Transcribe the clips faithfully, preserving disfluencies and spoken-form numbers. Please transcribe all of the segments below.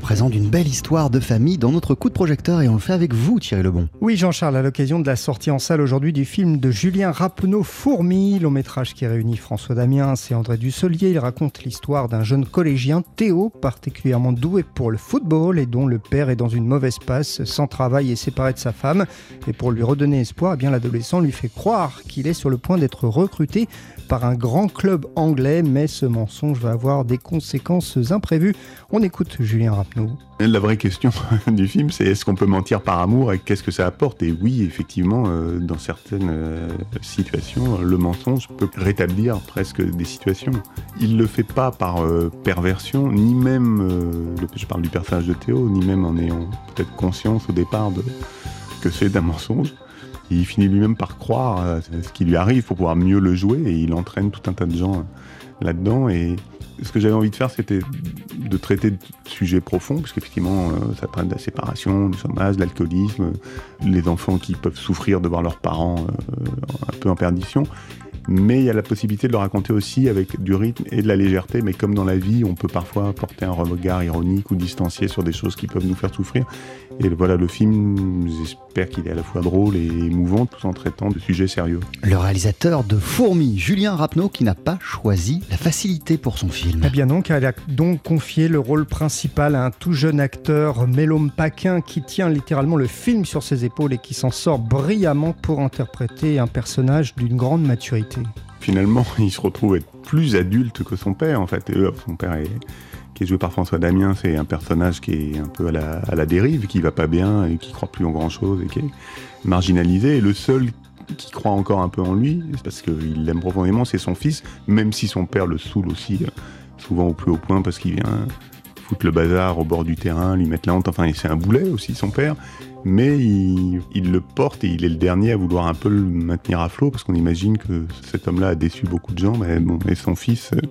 présent d'une belle histoire de famille dans notre coup de projecteur et on le fait avec vous Thierry Lebon. Oui Jean-Charles, à l'occasion de la sortie en salle aujourd'hui du film de Julien Rappeneau, Fourmis, long métrage qui réunit François Damiens et André Dussolier. Il raconte l'histoire d'un jeune collégien, Théo, particulièrement doué pour le football et dont le père est dans une mauvaise passe, sans travail et séparé de sa femme. Et pour lui redonner espoir, eh bien, l'adolescent lui fait croire qu'il est sur le point d'être recruté par un grand club anglais, mais ce mensonge va avoir des conséquences imprévues. On écoute Julien Rappeneau. La vraie question du film, c'est est-ce qu'on peut mentir par amour et qu'est-ce que ça apporte ? Et oui, effectivement, euh, dans certaines euh, situations, le mensonge peut rétablir presque des situations. Il le fait pas par euh, perversion, ni même, euh, je parle du personnage de Théo, ni même en ayant peut-être conscience au départ de, que c'est d'un mensonge. Il finit lui-même par croire à ce qui lui arrive pour pouvoir mieux le jouer et il entraîne tout un tas de gens là-dedans. Et ce que j'avais envie de faire, c'était de traiter de sujets profonds, parce qu'effectivement, ça traite de la séparation, du chômage, de l'alcoolisme, les enfants qui peuvent souffrir de voir leurs parents un peu en perdition. Mais il y a la possibilité de le raconter aussi avec du rythme et de la légèreté, mais comme dans la vie, on peut parfois porter un regard ironique ou distancié sur des choses qui peuvent nous faire souffrir. Et voilà, le film, j'espère qu'il est à la fois drôle et émouvant, tout en traitant de sujets sérieux. Le réalisateur de Fourmis, Julien Rappeneau, qui n'a pas choisi la facilité pour son film. Eh bien non, car il a donc confié le rôle principal à un tout jeune acteur, Mélôme Paquin, qui tient littéralement le film sur ses épaules et qui s'en sort brillamment pour interpréter un personnage d'une grande maturité. Finalement, il se retrouve être plus adulte que son père, en fait. Et, euh, son père, est, qui est joué par François Damiens, c'est un personnage qui est un peu à la, à la dérive, qui va pas bien et qui croit plus en grand-chose et qui est marginalisé. Et le seul qui croit encore un peu en lui, c'est parce qu'il l'aime profondément, c'est son fils, même si son père le saoule aussi, euh, souvent au plus haut point, parce qu'il vient foutre le bazar au bord du terrain, lui mettre la honte. Enfin, c'est un boulet aussi, son père. Mais il, il le porte et il est le dernier à vouloir un peu le maintenir à flot, parce qu'on imagine que cet homme-là a déçu beaucoup de gens, mais bon, et son fils euh,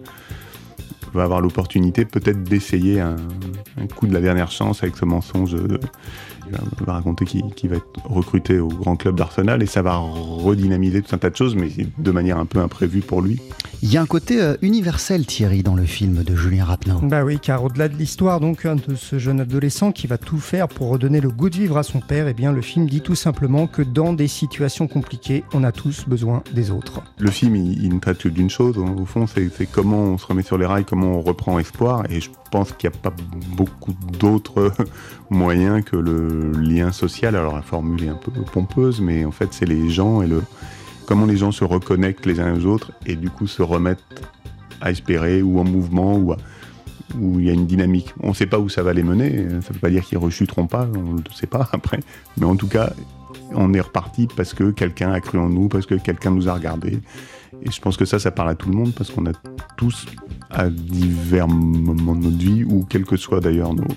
va avoir l'opportunité peut-être d'essayer un, un coup de la dernière chance avec ce mensonge. Euh, il va raconter qu'il, qu'il va être recruté au grand club d'Arsenal et ça va redynamiser tout un tas de choses, mais de manière un peu imprévue pour lui. Il y a un côté euh, universel, Thierry, dans le film de Julien Rappeneau. Bah oui, car au-delà de l'histoire donc hein, de ce jeune adolescent qui va tout faire pour redonner le goût de vivre à son père, eh bien le film dit tout simplement que dans des situations compliquées, on a tous besoin des autres. Le film, il, il ne traite que d'une chose, hein, au fond, c'est, c'est comment on se remet sur les rails, comment on reprend espoir, et je pense qu'il n'y a pas beaucoup d'autres moyens que le lien social. Alors la formule est un peu pompeuse, mais en fait c'est les gens et le comment les gens se reconnectent les uns aux autres et du coup se remettent à espérer ou en mouvement ou à, où il y a une dynamique. On ne sait pas où ça va les mener, ça ne veut pas dire qu'ils ne rechuteront pas, on ne le sait pas après, mais en tout cas on est reparti parce que quelqu'un a cru en nous, parce que quelqu'un nous a regardés. Et je pense que ça, ça parle à tout le monde, parce qu'on a tous, à divers moments de notre vie, ou quels que soient d'ailleurs nos,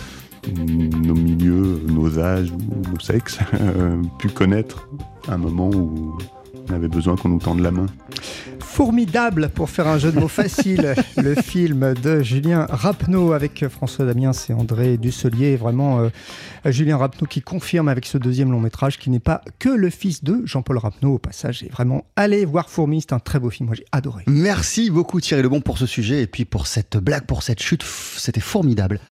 nos milieux, nos âges ou nos sexes, euh, pu connaître un moment où on avait besoin qu'on nous tende la main. Formidable, pour faire un jeu de mots facile, le film de Julien Rappeneau avec François Damiens et André Dussolier. Vraiment, euh, Julien Rappeneau qui confirme avec ce deuxième long métrage qu'il n'est pas que le fils de Jean-Paul Rappeneau au passage. Et vraiment, allez voir Fourmis, c'est un très beau film, moi j'ai adoré. Merci beaucoup Thierry Lebon pour ce sujet et puis pour cette blague, pour cette chute, c'était formidable.